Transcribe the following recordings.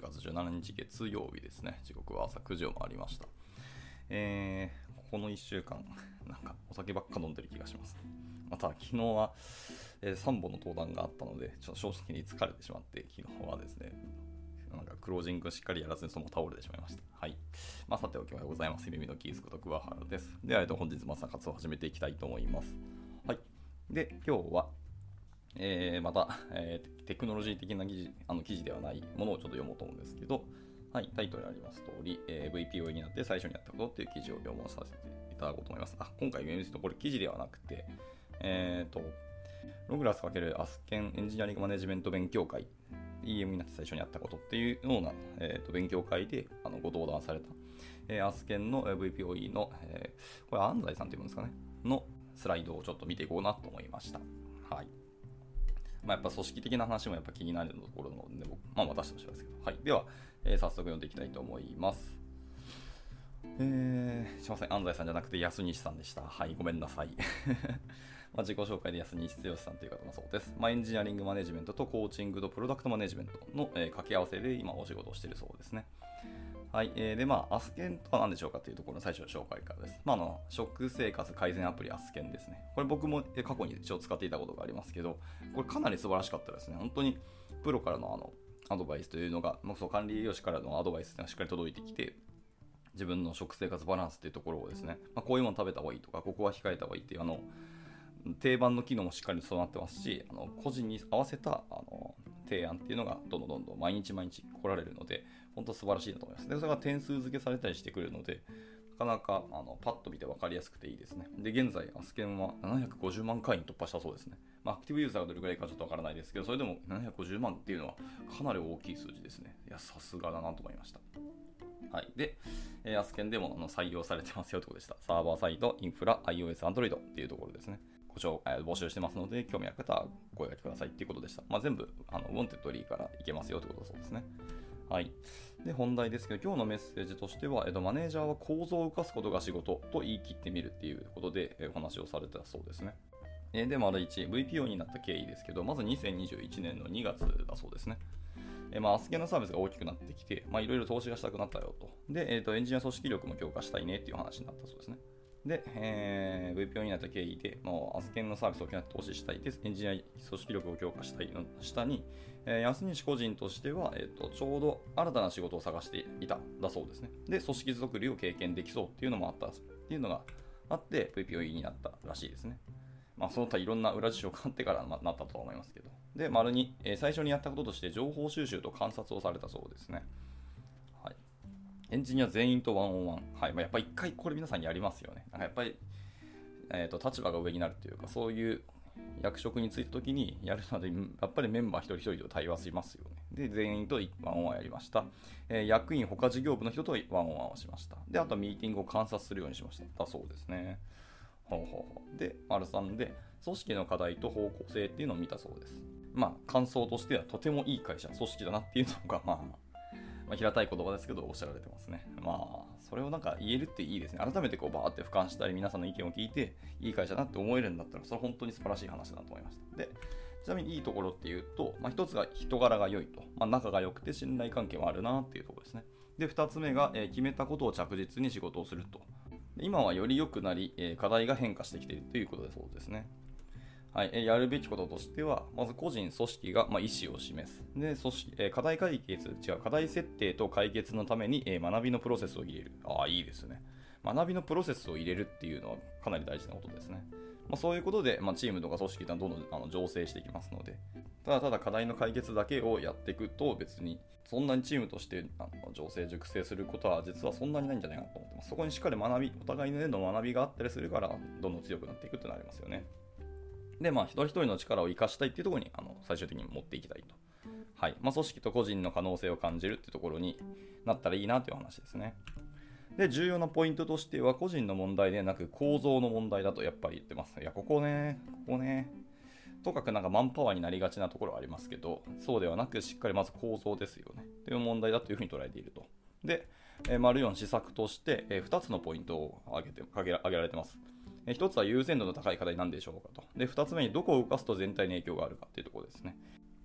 月17日月曜日ですね。時刻は朝9時を回りました。この1週間、なんかお酒ばっか飲んでる気がします。また昨日は、3本の登壇があったので、ちょっと正直に疲れてしまって、昨日はですね、なんかクロージングしっかりやらずにそのまま倒れてしまいました。はい。さておきおはようございます。耳のキースこと桑原です。では、本日も朝活を始めていきたいと思います。はい。で、今日は、また、テクノロジー的な記事ではないものをちょっと読もうと思うんですけど、はい、タイトルにあります通り、VPO になって最初にやったことっていう記事を読まさせていただこうと思います。今回読みますと、これ記事ではなくて、ログラス×アスケンエンジニアリングマネジメント勉強会、EM になって最初にやったことっていうような、勉強会でご登壇された、アスケンの VPOE の、これ安西さんというんですかね、のスライドをちょっと見ていこうなと思いました。はい。やっぱ組織的な話もやっぱ気になるところなので、私としてはですけど。はい。では、早速読んでいきたいと思います。すいません。安西さんじゃなくて安西さんでした。はい。ごめんなさい。自己紹介で安西剛さんという方もそうです。エンジニアリングマネジメントとコーチングとプロダクトマネジメントの、掛け合わせで今お仕事をしているそうですね。はい。で、アスケンとは何でしょうかというところの最初の紹介からです。食生活改善アプリアスケンですね。これ僕も過去に一応使っていたことがありますけど、これかなり素晴らしかったですね。本当にプロからのアドバイスというのが、管理栄養士からのアドバイスがしっかり届いてきて、自分の食生活バランスというところをですね、こういうもの食べた方がいいとか、ここは控えた方がいいっていう定番の機能もしっかり備わってますし、個人に合わせた提案っていうのがどんどん毎日毎日来られるので、本当素晴らしいなと思います。で、それが点数付けされたりしてくるので、なかなかパッと見て分かりやすくていいですね。で、現在、アスケンは750万会員突破したそうですね。アクティブユーザーがどれくらいかちょっと分からないですけど、それでも750万っていうのはかなり大きい数字ですね。いや、さすがだなと思いました。はい。で、アスケンでも採用されてますよということでした。サーバーサイド、インフラ、iOS、Android っていうところですね。募集してますので、興味ある方は声掛けくださいっていうことでした。全部、ウォンテッドリーからいけますよということだそうですね。はい。で、本題ですけど、今日のメッセージとしては、マネージャーは構造を浮かすことが仕事と言い切ってみるっていうことで、お話をされてたそうですね。で、丸1、VPO になった経緯ですけど、まず2021年の2月だそうですね。アスケンのサービスが大きくなってきて、いろいろ投資がしたくなったよと。で、エンジニア組織力も強化したいねっていう話になったそうですね。で、VPO になった経緯で、アスケンのサービスを大きな投資したいです。エンジニア組織力を強化したいの下に、安西個人としては、ちょうど新たな仕事を探していただそうですね。で、組織作りを経験できそうっていうのもあったっていうのがあって、VPO になったらしいですね。その他いろんな裏事情があってからなったとは思いますけど。で、丸に、最初にやったこととして情報収集と観察をされたそうですね。はい。エンジニア全員とワンオンワン。はい。やっぱり一回これ皆さんやりますよね。やっぱり、立場が上になるというか、そういう役職に就いたときにやるので、やっぱりメンバー一人一人と対話しますよね。で、全員とワンオンワンやりました。役員、他事業部の人とワンオンワンをしました。で、あとはミーティングを観察するようにしました。だそうですね。で、丸3で、組織の課題と方向性っていうのを見たそうです。感想としてはとてもいい会社、組織だなっていうのが、平たい言葉ですけどおっしゃられてますね。それを言えるっていいですね。改めてバーって俯瞰したり、皆さんの意見を聞いて、いい会社だなって思えるんだったら、それは本当に素晴らしい話だなと思いました。で、ちなみにいいところっていうと、一つが人柄が良いと。仲が良くて信頼関係もあるなっていうところですね。で、二つ目が、決めたことを着実に仕事をすると。今はより良くなり、課題が変化してきているということでそうですね。はい、やるべきこととしては、まず個人、組織が、意思を示す。で、課題課題設定と解決のために、学びのプロセスを入れる。いいですね。学びのプロセスを入れるっていうのはかなり大事なことですね。そういうことで、チームとか組織がどんどん醸成していきますので、ただただ課題の解決だけをやっていくと別にそんなにチームとして醸成熟成することは実はそんなにないんじゃないかと思ってます。そこにしっかりお互いの学びがあったりするからどんどん強くなっていくってなりますよね。で、一人一人の力を生かしたいっていうところに最終的に持っていきたいと。はい。組織と個人の可能性を感じるっていうところになったらいいなという話ですね。で、重要なポイントとしては、個人の問題でなく構造の問題だとやっぱり言ってます。いや、ここね。とかくマンパワーになりがちなところはありますけど、そうではなく、しっかりまず構造ですよね。という問題だというふうに捉えていると。で、丸4施策として、2つのポイントを挙げられてます。1つは優先度の高い課題なんでしょうかと。で、2つ目にどこを動かすと全体に影響があるかというところですね。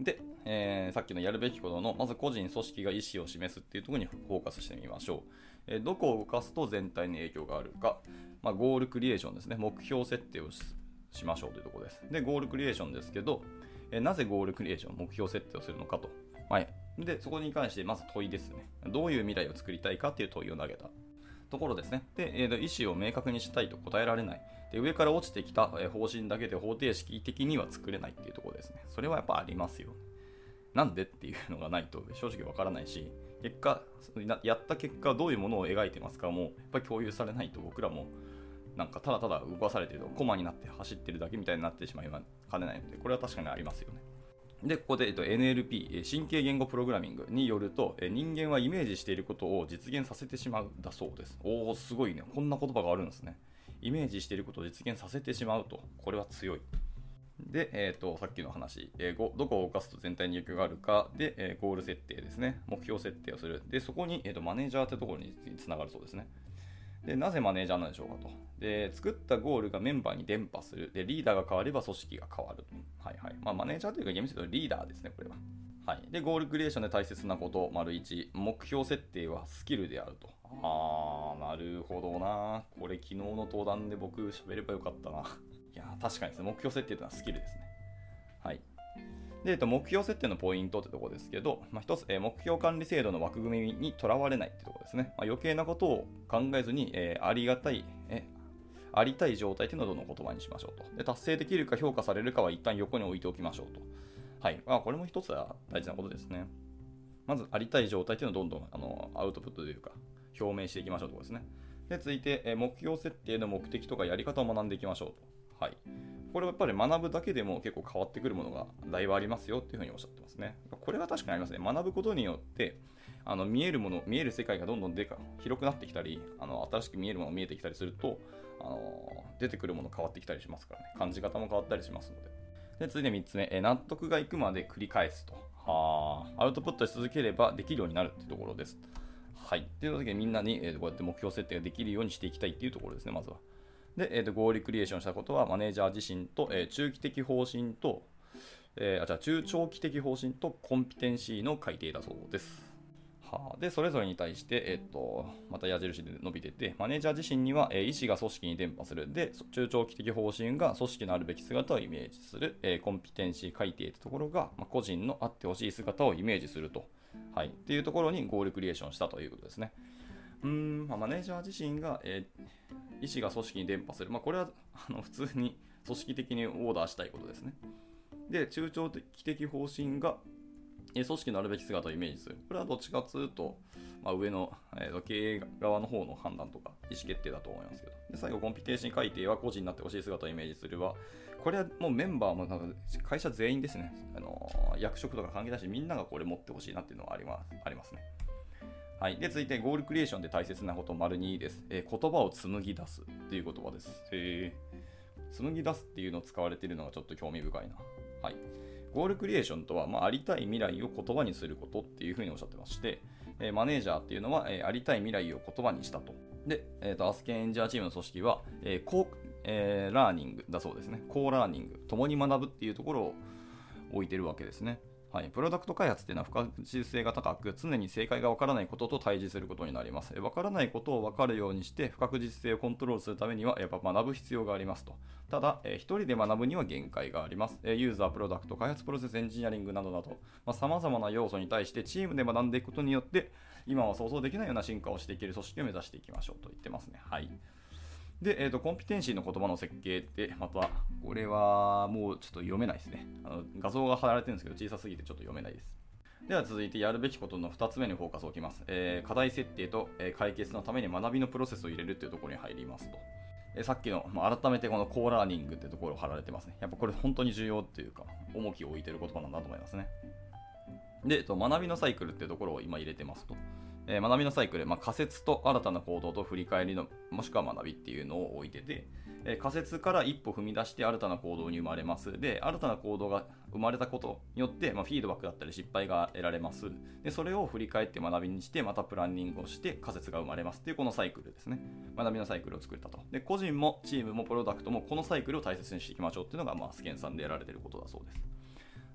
で、さっきのやるべきことの、まず個人、組織が意思を示すっていうところにフォーカスしてみましょう。どこを動かすと全体に影響があるか、ゴールクリエーションですね、目標設定をしましょうというところです。で、ゴールクリエーションですけど、なぜゴールクリエーション、目標設定をするのかと。はい。で、そこに関してまず問いですね。どういう未来を作りたいかっていう問いを投げたところですね。で、意思を明確にしたいと答えられない。で、上から落ちてきた方針だけで方程式的には作れないっていうところですね。それはやっぱありますよ。なんでっていうのがないと正直わからないし、結果、やった結果どういうものを描いてますかもやっぱり共有されないと僕らもなんかただただ動かされてるとコマになって走ってるだけみたいになってしまいかねないので、これは確かにありますよね。で、ここで、NLP、神経言語プログラミングによると、人間はイメージしていることを実現させてしまうだそうです。おー、すごいね。こんな言葉があるんですね。イメージしていることを実現させてしまうと。これは強い。で、さっきの話、どこを動かすと全体に影響があるかで、ゴール設定ですね。目標設定をする。で、そこに、マネージャーってところにつながるそうですね。で、なぜマネージャーなんでしょうかと。で、作ったゴールがメンバーに伝播する。で、リーダーが変われば組織が変わる。はいはい。マネージャーというか厳密に言うとリーダーですね、これは。はい。で、ゴールクリエーションで大切なこと、1、目標設定はスキルであると。なるほどな。これ昨日の登壇で僕喋ればよかったな。いや、確かにですね、目標設定というのはスキルですね。はい。で、目標設定のポイントってところですけど、一つ、目標管理制度の枠組みにとらわれないってところですね。余計なことを考えずに、ありたい状態っていうのをどの言葉にしましょうと。で、達成できるか評価されるかは一旦横に置いておきましょうと。はい。これも一つは大事なことですね。まず、ありたい状態っていうのをどんどんアウトプットというか、表明していきましょうということですね。で、続いて、目標設定の目的とかやり方を学んでいきましょうと。はい。これはやっぱり学ぶだけでも結構変わってくるものがだいぶありますよっていうふうにおっしゃってますね。これは確かにありますね。学ぶことによって見えるもの、見える世界がどんどん広くなってきたり、新しく見えるものが見えてきたりすると、出てくるもの変わってきたりしますからね。感じ方も変わったりしますので。で、続いて3つ目、納得がいくまで繰り返すと。アウトプットし続ければできるようになるっていうところです。はい。というわけでみんなにこうやって目標設定ができるようにしていきたいっていうところですね、まずは。で、ゴールクリエーションしたことは、マネージャー自身と、中期的方針と、中長期的方針とコンピテンシーの改定だそうです。で、それぞれに対して、また矢印で伸びてて、マネージャー自身には、意思が組織に伝播する。で、中長期的方針が組織のあるべき姿をイメージする。コンピテンシー改定ってところが、個人のあってほしい姿をイメージすると。はい。っていうところにゴールクリエーションしたということですね。マネージャー自身が、意思が組織に伝播する。これは普通に組織的にオーダーしたいことですね。で、中長期的方針が組織のあるべき姿をイメージする。これはどっちかというと、上の、経営側の方の判断とか意思決定だと思いますけど。で、最後、コンピテンシー改定は個人になってほしい姿をイメージするは、これはもうメンバーも会社全員ですね。役職とか関係なしみんながこれ持ってほしいなっていうのはありますね。はい。で、続いて、ゴールクリエーションで大切なこと、2です。言葉を紡ぎ出すっていう言葉です。紡ぎ出すっていうのを使われているのがちょっと興味深いな。はい。ゴールクリエーションとは、ありたい未来を言葉にすることっていうふうにおっしゃってまして、マネージャーっていうのは、ありたい未来を言葉にしたと。で、アスケンエンジニアチームの組織は、コーラーニングだそうですね。コーラーニング、共に学ぶっていうところを置いてるわけですね。はい、プロダクト開発っていうのは不確実性が高く、常に正解がわからないことと対峙することになります。わからないことをわかるようにして、不確実性をコントロールするためには、やっぱ学ぶ必要がありますと。ただ、一人で学ぶには限界があります。ユーザー、プロダクト、開発プロセス、エンジニアリングなどなど、様々な要素に対してチームで学んでいくことによって、今は想像できないような進化をしていける組織を目指していきましょうと言ってますね。はい。で、コンピテンシーの言葉の設計って、また、これはもうちょっと読めないですね。画像が貼られてるんですけど、小さすぎてちょっと読めないです。では続いてやるべきことの2つ目にフォーカスを置きます。課題設定と、解決のために学びのプロセスを入れるというところに入りますと。さっきの、改めてこのコーラーニングってところを貼られてますね。やっぱこれ本当に重要っていうか、重きを置いてる言葉なんだと思いますね。で、学びのサイクルっていうところを今入れてますと。学びのサイクル、仮説と新たな行動と振り返りの、もしくは学びっていうのを置いてて、仮説から一歩踏み出して新たな行動に生まれます。で、新たな行動が生まれたことによって、フィードバックだったり失敗が得られます。で、それを振り返って学びにして、またプランニングをして仮説が生まれますっていうこのサイクルですね。学びのサイクルを作ったと。で、個人もチームもプロダクトもこのサイクルを大切にしていきましょうっていうのが、スケンさんでやられていることだそうです。はい。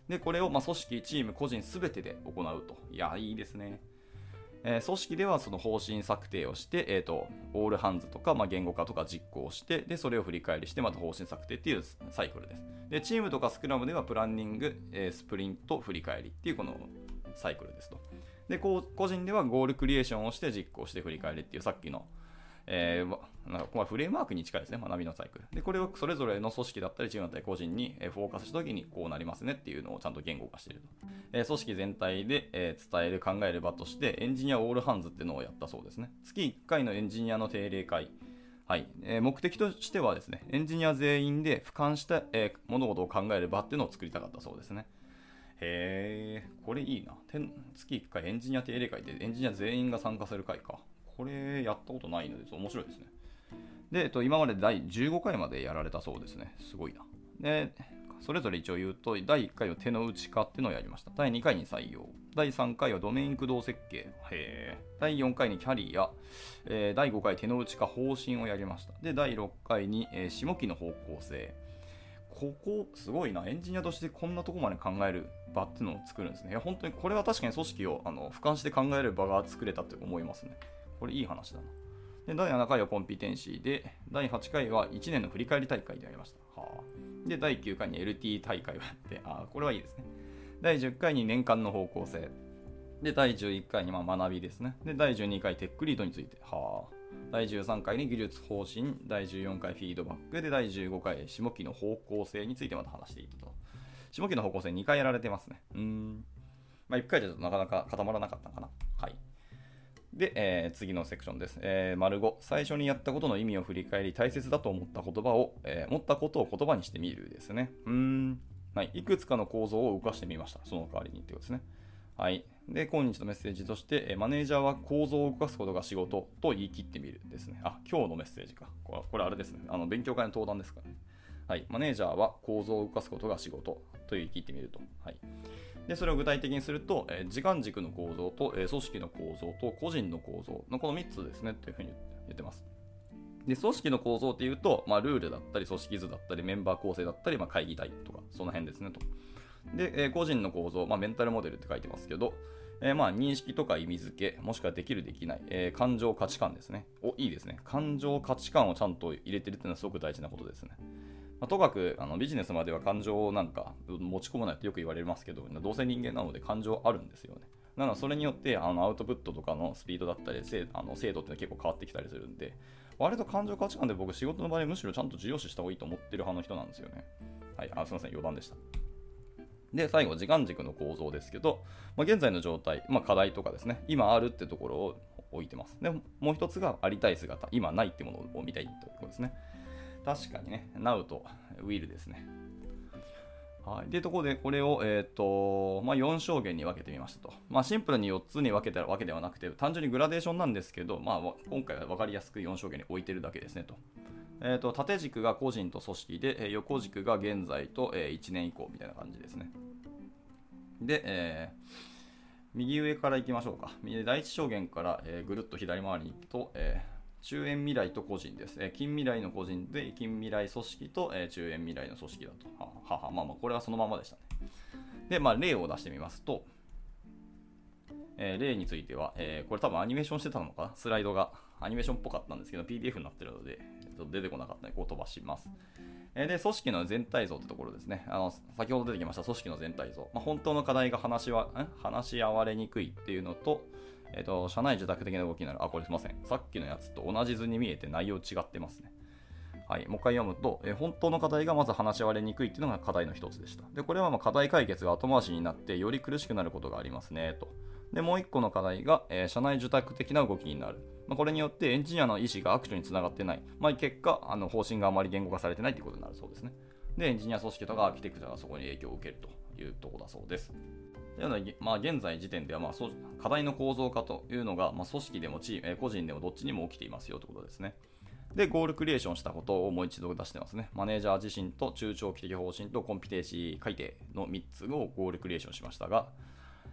で、これを組織、チーム、個人すべてで行うと。いや、いいですね。組織ではその方針策定をして、オールハンズとか、言語化とか実行して、で、それを振り返りして、また方針策定っていうサイクルです。で、チームとかスクラムではプランニング、スプリント、振り返りっていうこのサイクルですと。で、個人ではゴールクリエーションをして実行して振り返りっていうさっきの、なんかフレームワークに近いですね、学びのサイクル。で、これをそれぞれの組織だったりチームだったり個人にフォーカスしたときにこうなりますねっていうのをちゃんと言語化していると。組織全体で伝える、考える場としてエンジニアオールハンズっていうのをやったそうですね。月1回のエンジニアの定例会。はい、目的としてはですね、エンジニア全員で俯瞰した、物事を考える場っていうのを作りたかったそうですね。へー、これいいな。月1回エンジニア定例会でエンジニア全員が参加する会か。これやったことないので面白いですね。で、今まで第15回までやられたそうですね。すごいな。で、それぞれ一応言うと、第1回は手の内化っていうのをやりました。第2回に採用。第3回はドメイン駆動設計。第4回にキャリア。第5回手の内化方針をやりました。で、第6回に、下期の方向性。ここ、すごいな。エンジニアとしてこんなとこまで考える場っていうのを作るんですね。いや、本当にこれは確かに組織を俯瞰して考える場が作れたって思いますね。これいい話だな。で、第7回はコンピテンシーで、第8回は1年の振り返り大会でありました。で、第9回に LT 大会をやって、これはいいですね。第10回に年間の方向性。で、第11回に学びですね。で、第12回テックリードについて。第13回に技術方針。第14回フィードバック。で、第15回下期の方向性についてまた話していたと。下期の方向性2回やられてますね。1回じゃなかなか固まらなかったのかな。はい。で、次のセクションです。丸5、最初にやったことの意味を振り返り、大切だと思った言葉を、思ったことを言葉にしてみるですね。はい。いくつかの構造を動かしてみました。その代わりにってことですね。はい。で、今日のメッセージとして、マネージャーは構造を動かすことが仕事と言い切ってみるですね。今日のメッセージか。これあれですね。勉強会の登壇ですからね。はい。マネージャーは構造を動かすことが仕事と言い切ってみると。はい。で、それを具体的にすると、時間軸の構造と、組織の構造と個人の構造のこの3つですねというふうに言ってます。で、組織の構造っていうと、ルールだったり、組織図だったり、メンバー構成だったり、会議体とか、その辺ですねと。で、個人の構造、メンタルモデルって書いてますけど、認識とか意味付け、もしくはできるできない、感情価値観ですね。いいですね。感情価値観をちゃんと入れてるっていうのはすごく大事なことですね。とかくビジネスまでは感情をなんか持ち込まないとよく言われますけど、どうせ人間なので感情あるんですよね。なのでそれによってアウトプットとかのスピードだったり精度っていうのは結構変わってきたりするんで、割と感情価値観で僕仕事の場合むしろちゃんと重要視した方がいいと思ってる派の人なんですよね。はい、すいません、余談でした。で、最後、時間軸の構造ですけど、現在の状態、課題とかですね、今あるってところを置いてます。で、もう一つがありたい姿、今ないってものを見たいってところですね。確かにね、Now と Will ですね。はい。で、ところで、これを、4象限に分けてみましたと。シンプルに4つに分けたわけではなくて、単純にグラデーションなんですけど、今回は分かりやすく4象限に置いてるだけですねと。縦軸が個人と組織で、横軸が現在と、1年以降みたいな感じですね。で、右上から行きましょうか。第一象限から、ぐるっと左回りに行くと、中遠未来と個人です。近未来の個人で、近未来組織と、中遠未来の組織だと。これはそのままでしたね。で、例を出してみますと、例については、これ多分アニメーションしてたのかな、スライドがアニメーションっぽかったんですけど、PDF になってるので、出てこなかったので、こう飛ばします。で、組織の全体像ってところですね。先ほど出てきました組織の全体像。本当の課題が話し合われにくいっていうのと、社内受託的な動きになる。これすいません。さっきのやつと同じ図に見えて内容違ってますね。はい。もう一回読むと、本当の課題がまず話し合われにくいっていうのが課題の一つでした。で、これは課題解決が後回しになってより苦しくなることがありますね、と。で、もう一個の課題が、社内受託的な動きになる。これによってエンジニアの意思がアクションにつながってない。結果、方針があまり言語化されてないということになるそうですね。で、エンジニア組織とかアーキテクチャがそこに影響を受けるというところだそうです。現在時点では課題の構造化というのが、組織でも個人でもどっちにも起きていますよということですね。で、ゴールクリエーションしたことをもう一度出してますね。マネージャー自身と中長期的方針とコンピテンシー改定の3つをゴールクリエーションしましたが、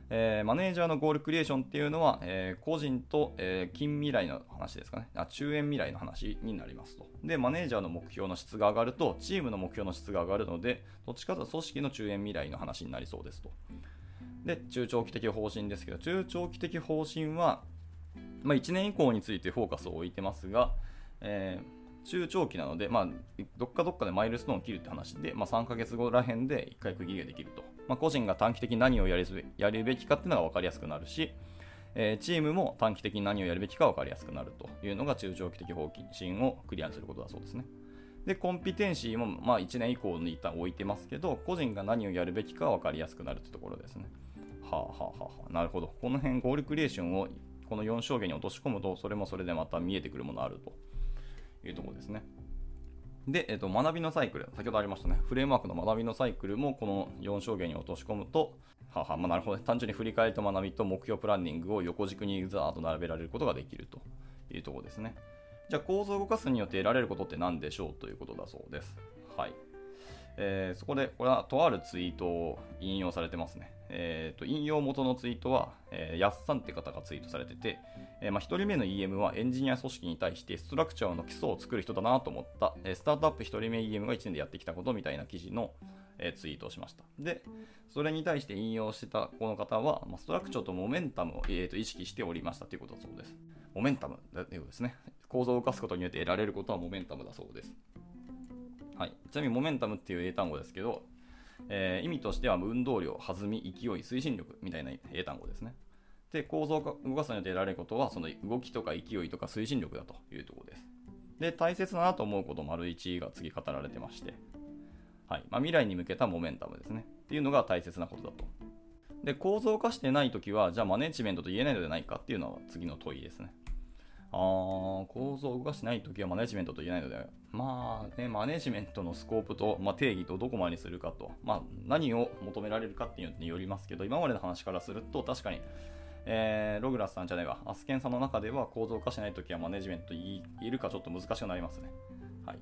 マネージャーのゴールクリエーションっていうのは、個人と、近未来の話ですかね。中遠未来の話になりますと。で、マネージャーの目標の質が上がると、チームの目標の質が上がるので、どっちかというと組織の中遠未来の話になりそうですと。で、中長期的方針ですけど、中長期的方針は、1年以降についてフォーカスを置いてますが、中長期なので、どっかでマイルストーンを切るって話で、3ヶ月後らへんで1回区切りができると。個人が短期的に何をやるべきかっていうのが分かりやすくなるし、チームも短期的に何をやるべきか分かりやすくなるというのが中長期的方針をクリアにすることだそうですね。で、コンピテンシーも1年以降に一旦置いてますけど、個人が何をやるべきか分かりやすくなるってところですね。なるほど。この辺、ゴールクリエーションをこの4象限に落とし込むと、それもそれでまた見えてくるものがあるというところですね。で、学びのサイクル、先ほどありましたね、フレームワークの学びのサイクルもこの4象限に落とし込むと、なるほど、単純に振り返りと学びと目標プランニングを横軸にザーッと並べられることができるというところですね。じゃあ構造を動かすによって得られることって何でしょうということだそうです。はい。そこで、これはとあるツイートを引用されてますね。引用元のツイートは、やっさんって方がツイートされてて、1人目の EM はエンジニア組織に対してストラクチャーの基礎を作る人だなと思った、スタートアップ1人目 EM が1年でやってきたことみたいな記事の、ツイートをしました。で、それに対して引用してたこの方は、ストラクチャーとモメンタムを、意識しておりましたということだそうです。モメンタムということですね。構造を動かすことによって得られることはモメンタムだそうです。はい、ちなみにモメンタムっていう英単語ですけど、意味としては運動量、弾み、勢い、推進力みたいな英単語ですね。で、構造を動かすによって得られることはその動きとか勢いとか推進力だというところです。で、大切だなと思うこと丸1が次語られてまして、はい、未来に向けたモメンタムですねっていうのが大切なことだと。で、構造化してないときはじゃあマネジメントと言えないのではないかっていうのは次の問いですね。構造を動かしてないときはマネジメントと言えないので、マネジメントのスコープと、定義とどこまでにするかと、何を求められるかっていうのによりますけど、今までの話からすると確かに、ログラスさんじゃないわ、アスケンさんの中では構造化しないときはマネジメントと言えるかちょっと難しくなりますね。はい。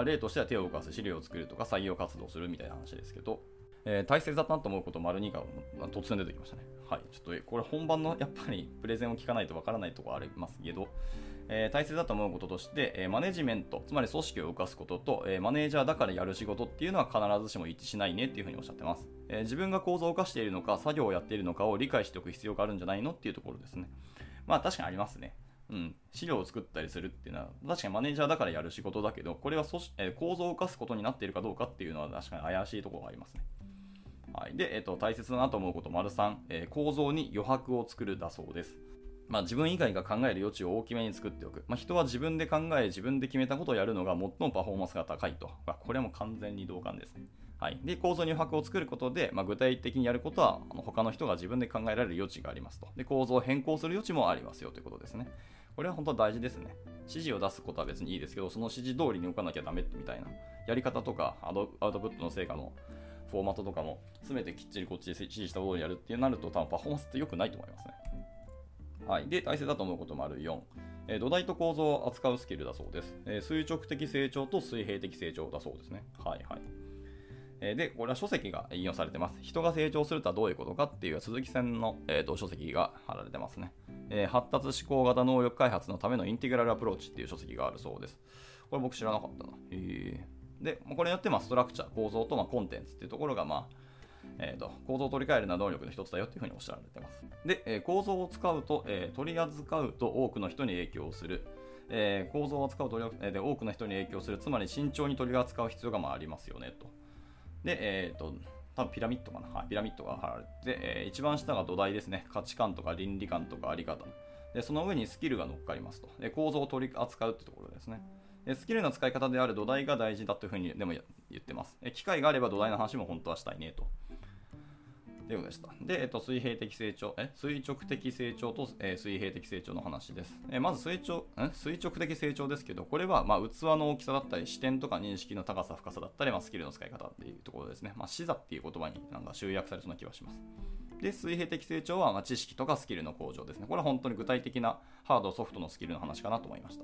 例としては手を動かす、資料を作るとか採用活動するみたいな話ですけど、大切だなと思うこと丸2が突然出てきましたね。はい。ちょっとこれ本番のやっぱりプレゼンを聞かないとわからないところありますけど、大切だと思うこととして、マネジメント、つまり組織を動かすことと、マネージャーだからやる仕事っていうのは必ずしも一致しないねっていうふうにおっしゃってます。自分が構造を動かしているのか、作業をやっているのかを理解しておく必要があるんじゃないのっていうところですね。確かにありますね。資料を作ったりするっていうのは確かにマネージャーだからやる仕事だけど、これは構造を動かすことになっているかどうかっていうのは確かに怪しいところがありますね。はい、で、大切だなと思うこと丸3、構造に余白を作るだそうです。自分以外が考える余地を大きめに作っておく。人は自分で考え、自分で決めたことをやるのが最もパフォーマンスが高いと。これはもう完全に同感ですね。はい、で、構造に余白を作ることで、具体的にやることは他の人が自分で考えられる余地がありますと。で、構造を変更する余地もありますよということですね。これは本当大事ですね。指示を出すことは別にいいですけど、その指示通りに動かなきゃダメみたいな。やり方とかアウトプットの成果のフォーマットとかも全てきっちりこっちで指示した通りにやるってなると多分パフォーマンスって良くないと思いますね。はい。で、大切だと思うこともある4。土台と構造を扱うスキルだそうです。垂直的成長と水平的成長だそうですね。はいはい。で、これは書籍が引用されてます。人が成長するとはどういうことかっていう鈴木さんの、書籍が貼られてますね。発達思考型能力開発のためのインテグラルアプローチっていう書籍があるそうです。これ僕知らなかったな。で、これによってストラクチャー、構造とコンテンツっていうところが構造を取り替えるのは能力の一つだよっていうふうにおっしゃられてます。で、構造を使うと、取り扱うと多くの人に影響する。構造を扱うと、多くの人に影響する。つまり慎重に取り扱う必要がありますよねと。で、多分ピラミッドかな。ピラミッドが貼られて、一番下が土台ですね。価値観とか倫理観とかあり方。で、その上にスキルが乗っかりますと。で、構造を取り扱うってところですね。スキルの使い方である土台が大事だというふうにでも言ってます。機会があれば土台の話も本当はしたいねと。ということでした。で、水平的成長、垂直的成長と、水平的成長の話です。まず垂直的成長ですけど、これは器の大きさだったり、視点とか認識の高さ、深さだったり、スキルの使い方っていうところですね。視座っていう言葉に集約されそうな気がします。で、水平的成長は知識とかスキルの向上ですね。これは本当に具体的なハード、ソフトのスキルの話かなと思いました。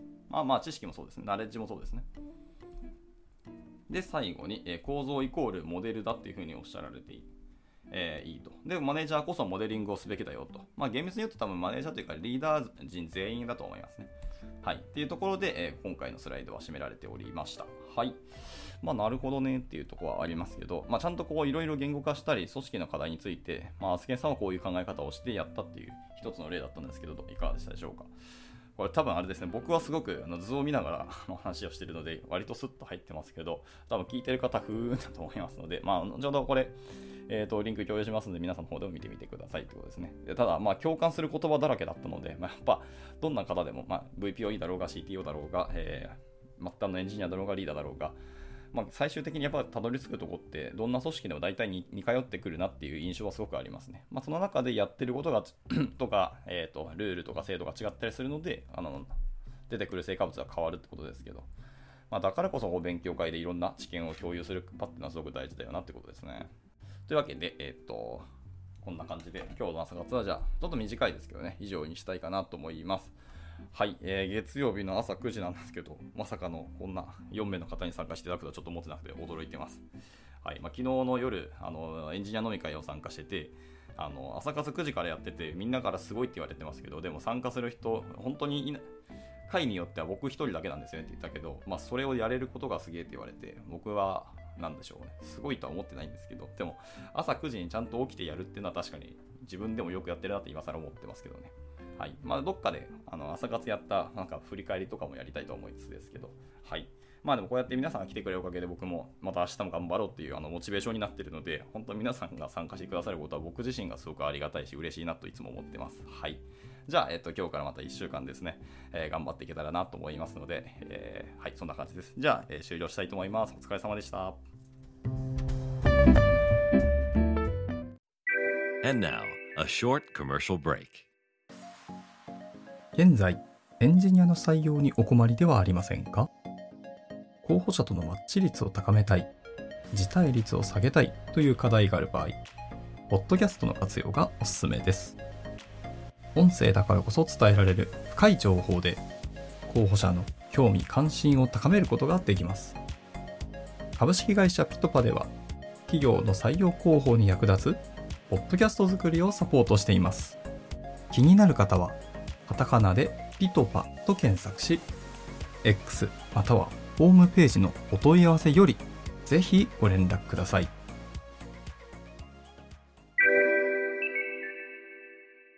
知識もそうですね。ナレッジもそうですね。で、最後に、構造イコールモデルだっていうふうにおっしゃられていいいと。で、マネージャーこそモデリングをすべきだよと。厳密に言うと多分マネージャーというかリーダー陣全員だと思いますね。はい。っていうところで、今回のスライドは締められておりました。はい。なるほどねっていうところはありますけど、ちゃんといろいろ言語化したり、組織の課題について、アスケンさんはこういう考え方をしてやったっていう一つの例だったんですけど、いかがでしたでしょうか。これ多分あれですね、僕はすごく図を見ながら話をしているので、割とスッと入ってますけど、多分聞いてる方、ふーんだと思いますので、後ほどこれ、リンク共有しますので、皆さんの方でも見てみてくださいということですね。ただ、共感する言葉だらけだったので、やっぱ、どんな方でも、VPOE だろうが CTO だろうが、末端のエンジニアだろうがリーダーだろうが、最終的にやっぱたどり着くとこって、どんな組織でも大体似通ってくるなっていう印象はすごくありますね。その中でやってることがとか、ルールとか制度が違ったりするので、出てくる成果物は変わるってことですけど、だからこそ勉強会でいろんな知見を共有する場っていうのはすごく大事だよなってことですね。というわけで、こんな感じで今日の朝活はじゃあちょっと短いですけどね、以上にしたいかなと思います。はい、月曜日の朝9時なんですけど、まさかのこんな4名の方に参加していただくとはちょっと思ってなくて驚いてます。はい、昨日の夜エンジニア飲み会を参加してて、朝活9時からやってて、みんなからすごいって言われてますけど、でも参加する人本当に会によっては僕一人だけなんですよねって言ったけど、それをやれることがすげえって言われて、僕はなんでしょうね、すごいとは思ってないんですけど、でも朝9時にちゃんと起きてやるっていうのは確かに自分でもよくやってるなって今更思ってますけどね。はい。どっかで朝活やった振り返りとかもやりたいと思いつつですけど、はい。でもこうやって皆さんが来てくれるおかげで僕もまた明日も頑張ろうっていうモチベーションになっているので、本当に皆さんが参加してくださることは僕自身がすごくありがたいし嬉しいなといつも思ってます。はい。じゃあ、今日からまた1週間ですね、頑張っていけたらなと思いますので、はい、そんな感じです。じゃあ、終了したいと思います。お疲れ様でした。 And now, a short commercial break. 現在、エンジニアの採用にお困りではありませんか？候補者とのマッチ率を高めたい、辞退率を下げたいという課題がある場合、ポッドキャストの活用がおすすめです。音声だからこそ伝えられる深い情報で、候補者の興味関心を高めることができます。株式会社ピトパでは、企業の採用広報に役立つポッドキャスト作りをサポートしています。気になる方は、カタカナでピトパと検索し、X またはホームページのお問い合わせよりぜひご連絡ください。